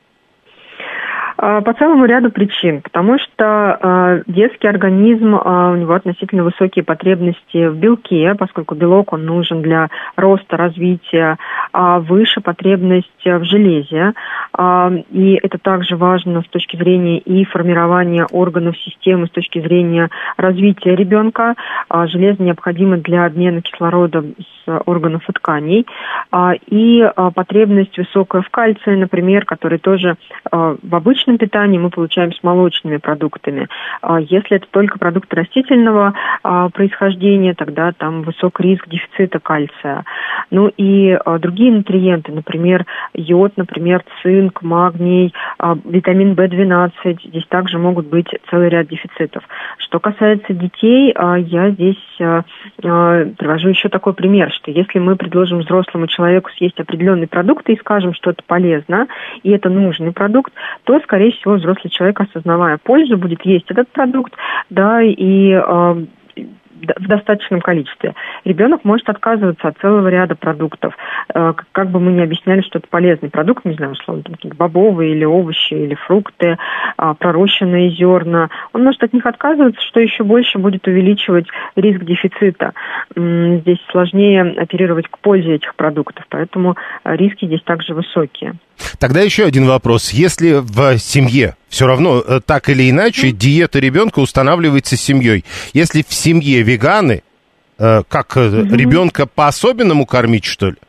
По целому ряду причин, потому что детский организм, у него относительно высокие потребности в белке, поскольку белок он нужен для роста, развития, выше потребность в железе, и это также важно с точки зрения и формирования органов системы, с точки зрения развития ребенка. Железо необходимо для обмена кислорода с органов и тканей, и потребность высокая в кальции, например, который тоже в обычном питании мы получаем с молочными продуктами. Если это только продукты растительного происхождения, тогда там высок риск дефицита кальция. Ну и другие нутриенты, например, йод, например, цинк, магний, витамин В12, здесь также могут быть целый ряд дефицитов. Что касается детей, я здесь привожу еще такой пример, что если мы предложим взрослому человеку съесть определенные продукты и скажем, что это полезно, и это нужный продукт, то, скорее всего, взрослый человек, осознавая пользу, будет есть этот продукт, да, и в достаточном количестве. Ребенок может отказываться от целого ряда продуктов. Как бы мы ни объясняли, что это полезный продукт, не знаю, условно, какие-то бобовые или овощи, или фрукты, пророщенные зерна. Он может от них отказываться, что еще больше будет увеличивать риск дефицита. Здесь сложнее оперировать к пользе этих продуктов, поэтому риски здесь также высокие. Тогда еще один вопрос. Если в семье все равно так или иначе диета ребенка устанавливается семьей, если в семье веганы, как ребенка по-особенному кормить, что ли?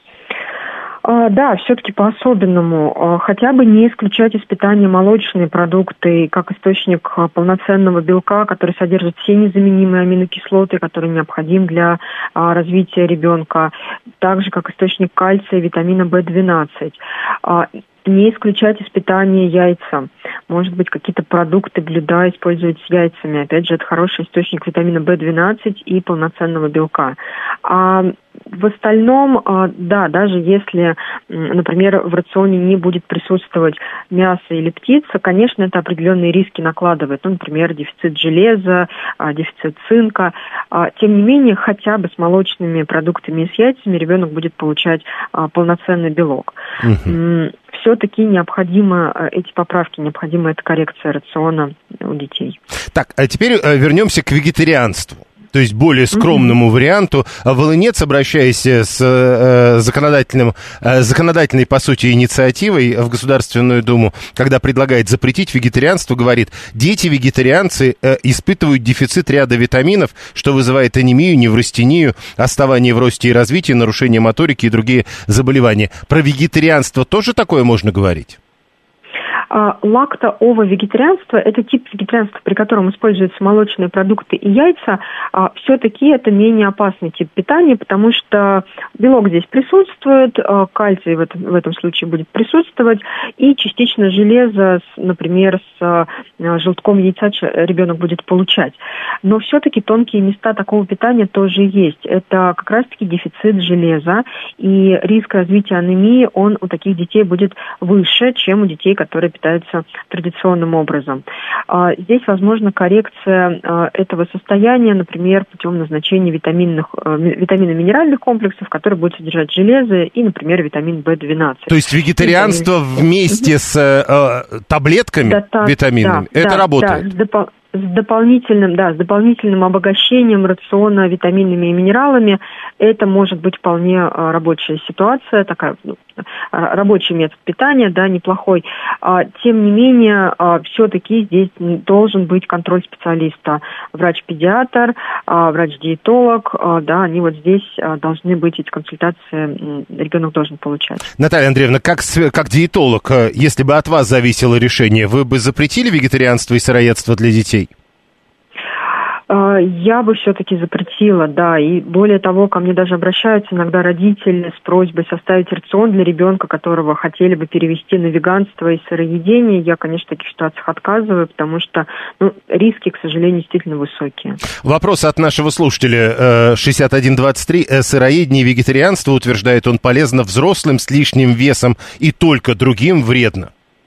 Да, все-таки по-особенному. Хотя бы не исключать из питания молочные продукты как источник полноценного белка, который содержит все незаменимые аминокислоты, которые необходимы для развития ребенка, так же как источник кальция и витамина В12. Не исключать из питания яйца. Может быть, какие-то продукты, блюда использовать с яйцами. Опять же, это хороший источник витамина В12 и полноценного белка. А в остальном, да, даже если, например, в рационе не будет присутствовать мясо или птица, конечно, это определенные риски накладывает. Ну, например, дефицит железа, дефицит цинка. Тем не менее, хотя бы с молочными продуктами и с яйцами ребенок будет получать полноценный белок. Все-таки необходимы эти поправки, необходима эта коррекция рациона у детей. Так, а теперь вернемся к вегетарианству. То есть более скромному варианту. Волынец, обращаясь с законодательной, по сути, инициативой в Государственную Думу, когда предлагает запретить вегетарианство, говорит, дети-вегетарианцы испытывают дефицит ряда витаминов, что вызывает анемию, неврастению, отставание в росте и развитии, нарушение моторики и другие заболевания. Про вегетарианство тоже такое можно говорить? Лакто-ово-вегетарианство – это тип вегетарианства, при котором используются молочные продукты и яйца. Все-таки это менее опасный тип питания, потому что белок здесь присутствует, кальций в этом случае будет присутствовать, и частично железо, например, с желтком яйца ребенок будет получать. Но все-таки тонкие места такого питания тоже есть. Это как раз-таки дефицит железа, и риск развития анемии, он у таких детей будет выше, чем у детей, которые питаются традиционным образом. Здесь возможна коррекция этого состояния, например, путем назначения витаминно-минеральных комплексов, которые будут содержать железо и, например, витамин В12. То есть вегетарианство вместе с таблетками витаминными, это работает? с дополнительным обогащением рациона витаминами и минералами это может быть вполне рабочая ситуация, такая рабочий метод питания, да, неплохой. Тем не менее, все-таки здесь должен быть контроль специалиста. Врач-педиатр, врач-диетолог, да, они вот здесь должны быть, эти консультации ребенок должен получать. Наталья Андреевна, как диетолог, если бы от вас зависело решение, вы бы запретили вегетарианство и сыроедство для детей? Я бы все-таки запретила, да, и более того, ко мне даже обращаются иногда родители с просьбой составить рацион для ребенка, которого хотели бы перевести на веганство и сыроедение. Я, конечно, в таких ситуациях отказываю, потому что риски, к сожалению, действительно высокие. Вопрос от нашего слушателя 6123. Сыроедение и вегетарианство, утверждает он, полезно взрослым с лишним весом и только другим вредно.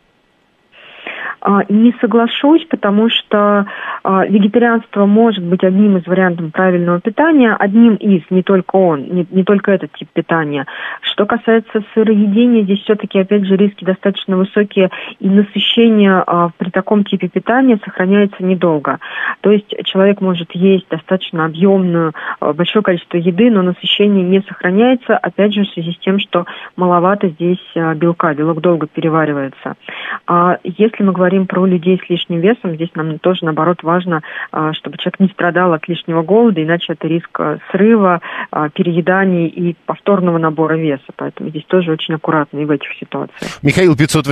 Не соглашусь, потому что вегетарианство может быть одним из вариантов правильного питания, одним из, не только этот тип питания. Что касается сыроедения, здесь все-таки, опять же, риски достаточно высокие, и насыщение при таком типе питания сохраняется недолго. То есть человек может есть достаточно объемную, большое количество еды, но насыщение не сохраняется, опять же, в связи с тем, что маловато здесь белка, белок долго переваривается. Если мы говорим про людей с лишним весом, здесь нам тоже, наоборот, важно, чтобы человек не страдал от лишнего голода, иначе это риск срыва, перееданий и повторного набора веса. Поэтому здесь тоже очень аккуратно и в этих ситуациях. Михаил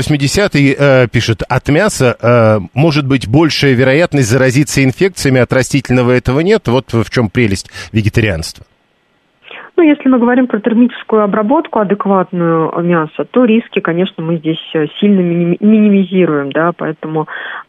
580 пишет, от мяса может быть большая вероятность заразиться инфекциями, от растительного этого нет. Вот в чем прелесть вегетарианства. Если мы говорим про термическую обработку адекватную мяса, то риски, конечно, мы здесь сильно минимизируем, да, поэтому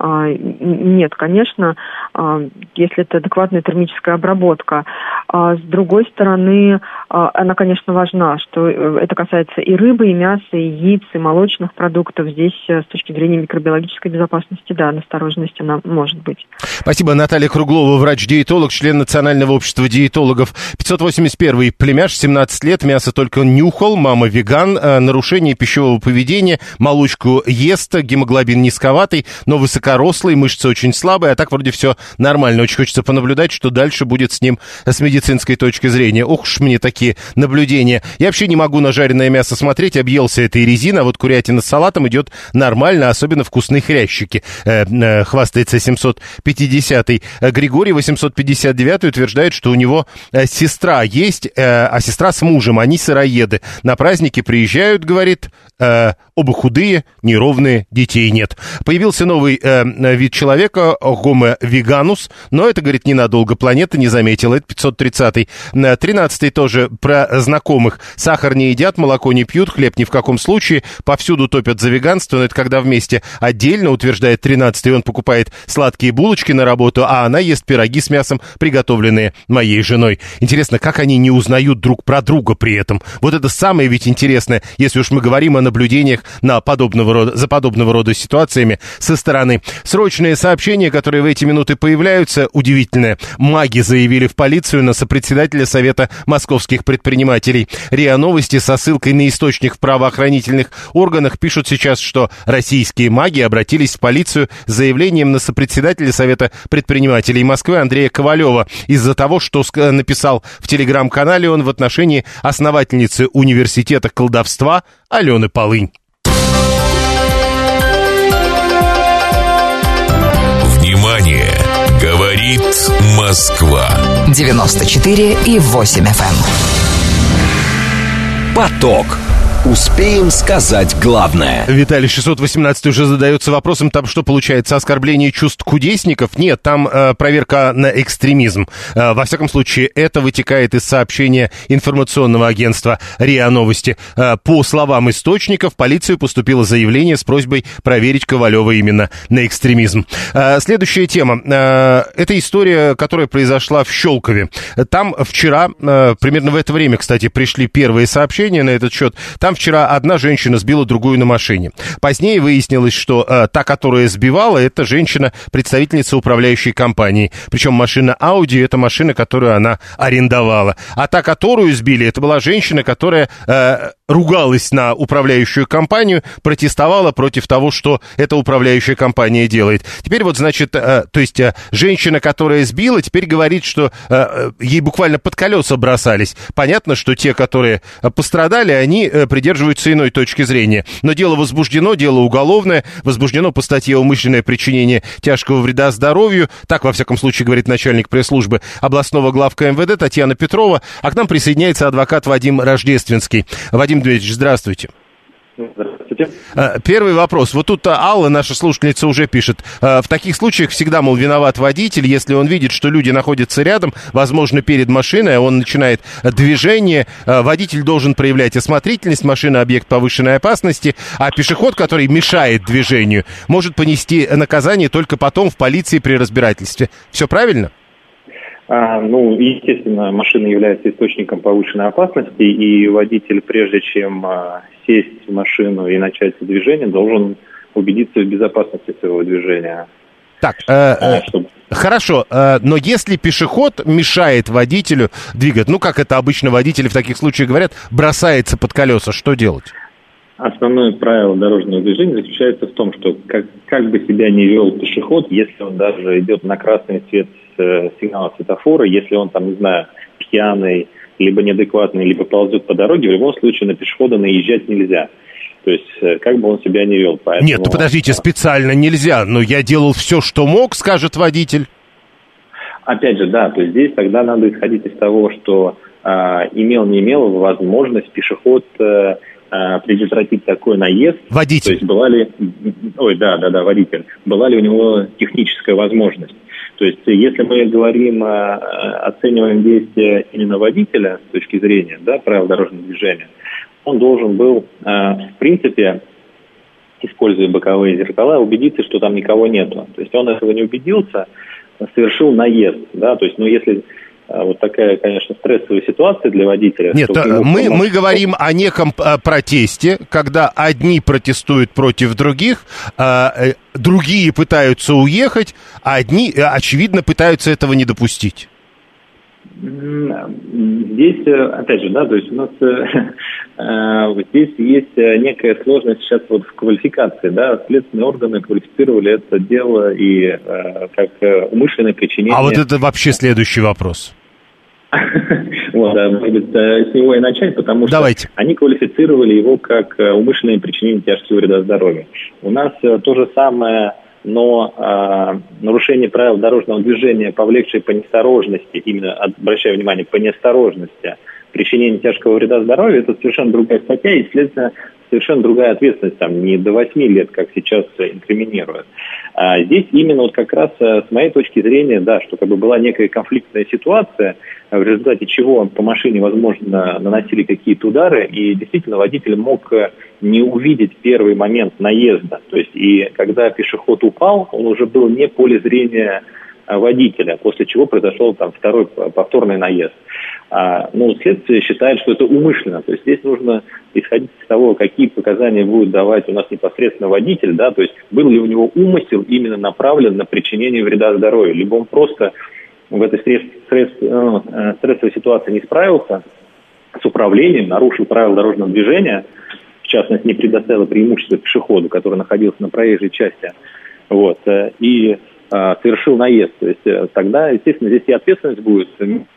нет, конечно, если это адекватная термическая обработка. С другой стороны, она, конечно, важна, что это касается и рыбы, и мяса, и яиц, и молочных продуктов. Здесь с точки зрения микробиологической безопасности, да, настороженность она может быть. Спасибо. Наталья Круглова, врач-диетолог, член Национального общества диетологов. 581-й племяш, 17 лет, мясо только нюхал, мама веган, нарушение пищевого поведения, молочку ест, гемоглобин низковатый, но высокорослый, мышцы очень слабые, а так вроде все нормально. Очень хочется понаблюдать, что дальше будет с ним с медицинской точки зрения. Ох уж мне такие наблюдения. Я вообще не могу на жареное мясо смотреть, объелся этой резины, а вот курятина с салатом идет нормально, особенно вкусные хрящики. Хвастается 750-й. Григорий 859-й утверждает, что у него сестра есть, а сестра с мужем, они сыроеды. На праздники приезжают, говорит, оба худые, неровные, детей нет. Появился новый вид человека, Homo veganus, но это, говорит, ненадолго, планета не заметила. Это 530-й. 13-й тоже про знакомых. Сахар не едят, молоко не пьют, хлеб ни в каком случае, повсюду топят за веганство, но это когда вместе. Отдельно, утверждает 13-й, он покупает сладкие булочки на работу, а она ест пироги с мясом, приготовленные моей женой. Интересно, как они не узнают друг про друга при этом? Вот это самое ведь интересное, если уж мы говорим о наблюдениях за подобного рода ситуациями со стороны. Срочные сообщения, которые в эти минуты появляются, удивительное. Маги заявили в полицию на сопредседателя Совета московских предпринимателей. РИА Новости со ссылкой на источник в правоохранительных органах пишут сейчас, что российские маги обратились в полицию с заявлением на сопредседателя Совета предпринимателей Москвы Андрея Ковалева из-за того, что написал в телеграм-канале он в отношении основательницы университета колдовства Алены Полынь. Внимание! Говорит Москва. 94,8 FM. Поток. Успеем сказать главное. Виталий 618 уже задается вопросом, там что получается, оскорбление чувств кудесников? Нет, там проверка на экстремизм. Во всяком случае, это вытекает из сообщения информационного агентства РИА Новости. По словам источников, в полицию поступило заявление с просьбой проверить Ковалева именно на экстремизм. Следующая тема. Это история, которая произошла в Щелкове. Там вчера, примерно в это время, кстати, пришли первые сообщения на этот счет. Там вчера одна женщина сбила другую на машине. Позднее выяснилось, что та, которая сбивала, это женщина, представительница управляющей компании. Причем машина Audi — это машина, которую она арендовала. А та, которую сбили, это была женщина, которая ругалась на управляющую компанию, протестовала против того, что эта управляющая компания делает. Теперь вот, значит, то есть женщина, которая сбила, теперь говорит, что ей буквально под колеса бросались. Понятно, что те, которые пострадали, они придерживаются иной точки зрения. Но дело возбуждено, дело уголовное, возбуждено по статье «Умышленное причинение тяжкого вреда здоровью». Так, во всяком случае, говорит начальник пресс-службы областного главка МВД Татьяна Петрова. А к нам присоединяется адвокат Вадим Рождественский. Вадим Дмитриевич, здравствуйте. Здравствуйте. Первый вопрос. Вот тут Алла, наша слушательница, уже пишет. В таких случаях всегда, мол, виноват водитель, если он видит, что люди находятся рядом, возможно, перед машиной, он начинает движение. Водитель должен проявлять осмотрительность, машина — объект повышенной опасности, а пешеход, который мешает движению, может понести наказание только потом в полиции при разбирательстве. Все правильно? Естественно, машина является источником повышенной опасности, и водитель, прежде чем сесть в машину и начать движение, должен убедиться в безопасности своего движения. Так, хорошо, но если пешеход мешает водителю двигать, как это обычно водители в таких случаях говорят, бросается под колеса, что делать? Основное правило дорожного движения заключается в том, что как бы себя ни вел пешеход, если он даже идет на красный свет сигнала светофора, если он там, не знаю, пьяный, либо неадекватный, либо ползет по дороге, в любом случае на пешехода наезжать нельзя. То есть, как бы он себя ни вел. Поэтому... Нет, подождите, специально нельзя, но я делал все, что мог, скажет водитель. Опять же, да, то есть здесь тогда надо исходить из того, что не имел возможность пешеход предотвратить такой наезд. Водитель. То есть водитель. Была ли у него техническая возможность? То есть, если мы оцениваем действия именно водителя с точки зрения правил дорожного движения, он должен был, в принципе, используя боковые зеркала, убедиться, что там никого нету. То есть, он этого не убедился, совершил наезд. Да? То есть, если вот такая, конечно, стрессовая ситуация для водителя. Нет, мы говорим о неком протесте, когда одни протестуют против других, другие пытаются уехать, а одни, очевидно, пытаются этого не допустить. Здесь, опять же, то есть у нас здесь есть некая сложность сейчас в квалификации, следственные органы квалифицировали это дело и как умышленное причинение. А вот это вообще следующий вопрос. Может быть, с него и начать, потому что они квалифицировали его как умышленное причинение тяжкого вреда здоровью. У нас то же самое, но нарушение правил дорожного движения, повлекшее по неосторожности, именно обращаю внимание, по неосторожности, причинение тяжкого вреда здоровью, это совершенно другая статья, и, следственно, совершенно другая ответственность, не до 8 лет, как сейчас инкриминируют. А здесь именно как раз с моей точки зрения, что была некая конфликтная ситуация, в результате чего по машине, возможно, наносили какие-то удары, и действительно водитель мог не увидеть первый момент наезда. То есть, и когда пешеход упал, он уже был не в поле зрения водителя, после чего произошел второй повторный наезд. Следствие считает, что это умышленно. То есть здесь нужно исходить из того, какие показания будет давать у нас непосредственно водитель, то есть был ли у него умысел именно направлен на причинение вреда здоровью, либо он просто в этой стрессовой ситуации не справился с управлением, нарушил правила дорожного движения, в частности, не предоставил преимущество пешеходу, который находился на проезжей части, и совершил наезд. То есть тогда, естественно, здесь и ответственность будет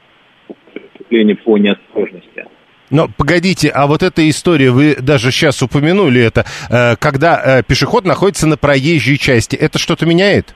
по неосторожности. Но погодите, а вот эта история, вы даже сейчас упомянули это, когда пешеход находится на проезжей части, это что-то меняет?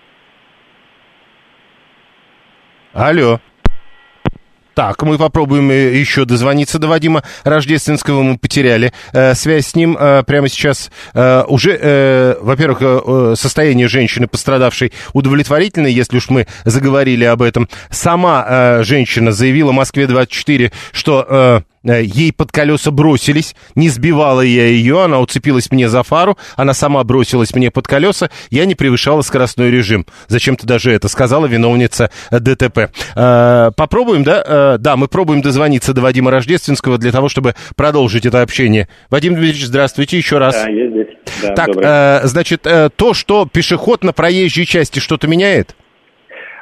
Алло. Так, мы попробуем еще дозвониться до Вадима Рождественского. Мы потеряли связь с ним прямо сейчас. Уже, во-первых, состояние женщины, пострадавшей, удовлетворительное, если уж мы заговорили об этом. Сама женщина заявила Москве-24, что ей под колеса бросились, не сбивала я ее, она уцепилась мне за фару, она сама бросилась мне под колеса, я не превышала скоростной режим. Зачем-то даже это сказала виновница ДТП. Попробуем, да, мы пробуем дозвониться до Вадима Рождественского для того, чтобы продолжить это общение. Вадим Дмитриевич, здравствуйте еще раз. Да, я здесь. Да, так, значит, то, что пешеход на проезжей части, что-то меняет?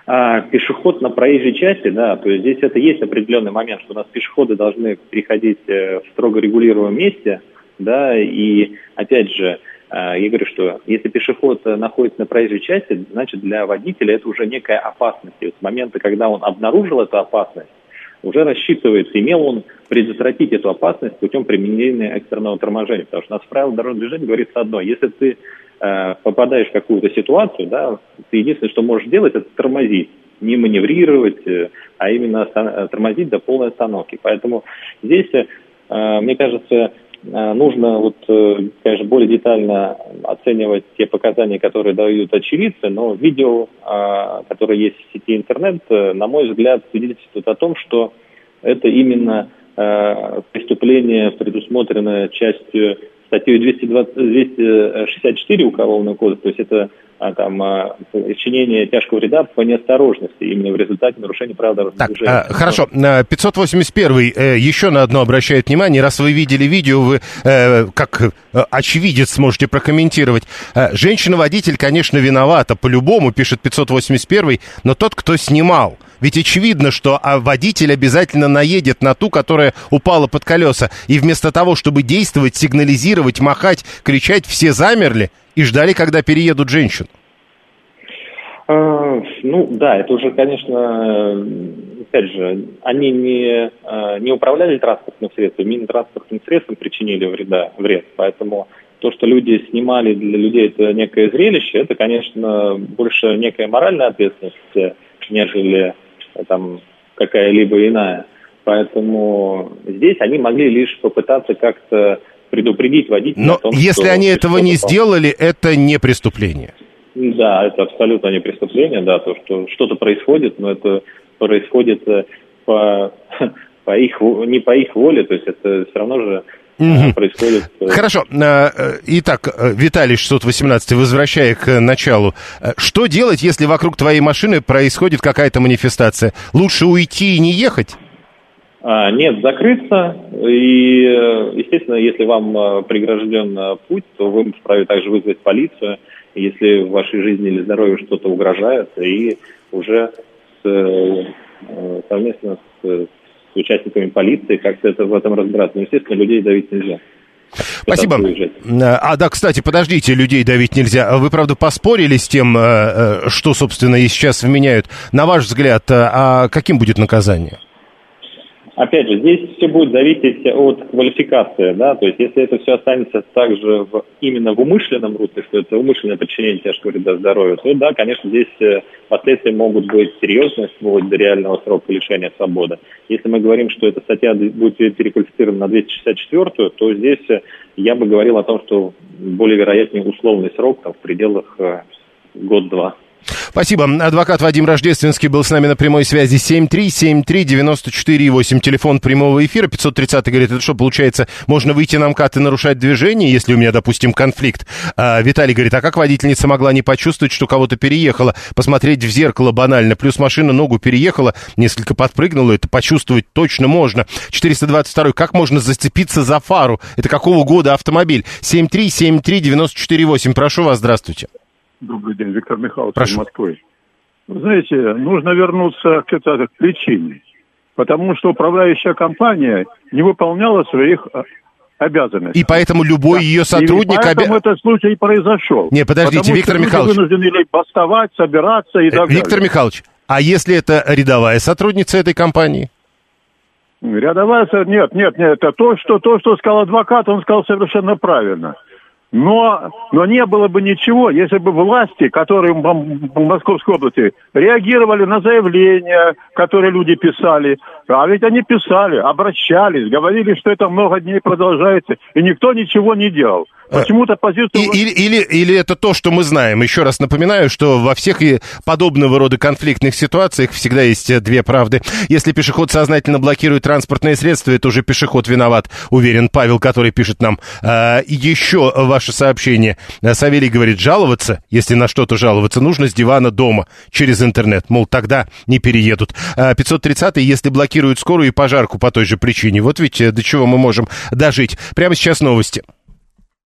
пешеход на проезжей части, да, то есть здесь это есть определенный момент, что у нас пешеходы должны переходить в строго регулируемом месте, да, и опять же, я говорю, что если пешеход находится на проезжей части, значит для водителя это уже некая опасность. И вот с момента, когда он обнаружил эту опасность, уже рассчитывается, имел он предотвратить эту опасность путем применения экстренного торможения. Потому что у нас правило дорожного движения говорится одно. Если ты попадаешь в какую-то ситуацию, да, ты единственное, что можешь делать, это тормозить. Не маневрировать, а именно тормозить до полной остановки. Поэтому здесь, мне кажется, нужно, конечно, более детально оценивать те показания, которые дают очевидцы, но видео, которое есть в сети интернет, на мой взгляд, свидетельствует о том, что это именно преступление, предусмотренное частью статьей 264 Уголовного кодекса, то есть это причинение тяжкого вреда по неосторожности, именно в результате нарушения правил дорожного движения. Хорошо. 581 еще на одно обращает внимание. Раз вы видели видео, вы как очевидец можете прокомментировать. Женщина-водитель, конечно, виновата, по-любому, пишет 581, но тот, кто снимал. Ведь очевидно, что водитель обязательно наедет на ту, которая упала под колеса. И вместо того, чтобы действовать, сигнализировать, махать, кричать, все замерли и ждали, когда переедут женщину. Это уже, конечно, опять же, они не управляли транспортным средством, именно транспортным средством причинили вред. Поэтому то, что люди снимали, для людей это некое зрелище, это, конечно, больше некая моральная ответственность, нежели какая-либо иная. Поэтому здесь они могли лишь попытаться как-то предупредить водителя. Но о том, если они этого не сделали, это не преступление. Да, это абсолютно не преступление, да, то, что что-то происходит, но это происходит не по их воле, то есть это все равно же происходит... Хорошо. Итак, Виталий 618, возвращая к началу. Что делать, если вокруг твоей машины происходит какая-то манифестация? Лучше уйти и не ехать? Нет, закрыться. И, естественно, если вам прегражден путь, то вы вправе также вызвать полицию, если в вашей жизни или здоровью что-то угрожает, и уже совместно с участниками полиции как-то это в этом разбираться. Но, естественно, людей давить нельзя. Спасибо. Кстати, подождите, людей давить нельзя. Вы, правда, поспорили с тем, что, собственно, и сейчас вменяют. На ваш взгляд, каким будет наказание? Опять же, здесь все будет зависеть от квалификации, да, то есть если это все останется также именно в умышленном русле, что это умышленное причинение тяжкого вреда здоровью, то да, конечно, здесь последствия могут быть серьезные, вплоть до реального срока лишения свободы. Если мы говорим, что эта статья будет переквалифицирована на 264-ю, то здесь я бы говорил о том, что более вероятнее условный срок в пределах год-два. Спасибо. Адвокат Вадим Рождественский был с нами на прямой связи. 7373948. Телефон прямого эфира. 530 говорит, это что, получается, можно выйти на МКАД и нарушать движение, если у меня, допустим, конфликт? Виталий говорит, а как водительница могла не почувствовать, что кого-то переехала? Посмотреть в зеркало банально. Плюс машина ногу переехала, несколько подпрыгнула. Это почувствовать точно можно. 422. Как можно зацепиться за фару? Это какого года автомобиль? 7373948. Прошу вас, здравствуйте. Добрый день, Виктор Михайлович из Москвы. Вы знаете, нужно вернуться к причине, потому что управляющая компания не выполняла своих обязанностей. И поэтому любой ее сотрудник... И поэтому этот случай и произошел. Не, подождите, Виктор Михайлович. Вынуждены бастовать, собираться и так далее. Виктор Михайлович, а если это рядовая сотрудница этой компании? Рядовая... Нет, это то, что сказал адвокат, он сказал совершенно правильно. Но не было бы ничего, если бы власти, которые в Московской области реагировали на заявления, которые люди писали. А ведь они писали, обращались, говорили, что это много дней продолжается, и никто ничего не делал. Почему-то позицию... Или это то, что мы знаем. Еще раз напоминаю, что во всех подобного рода конфликтных ситуациях всегда есть две правды. Если пешеход сознательно блокирует транспортные средства, это уже пешеход виноват, уверен Павел, который пишет нам. Еще ваше сообщение. Савелий говорит, жаловаться, если на что-то жаловаться, нужно с дивана дома, через интернет. Мол, тогда не переедут. 530-й, если блокируют скорую и пожарку по той же причине. Вот ведь до чего мы можем дожить. Прямо сейчас новости.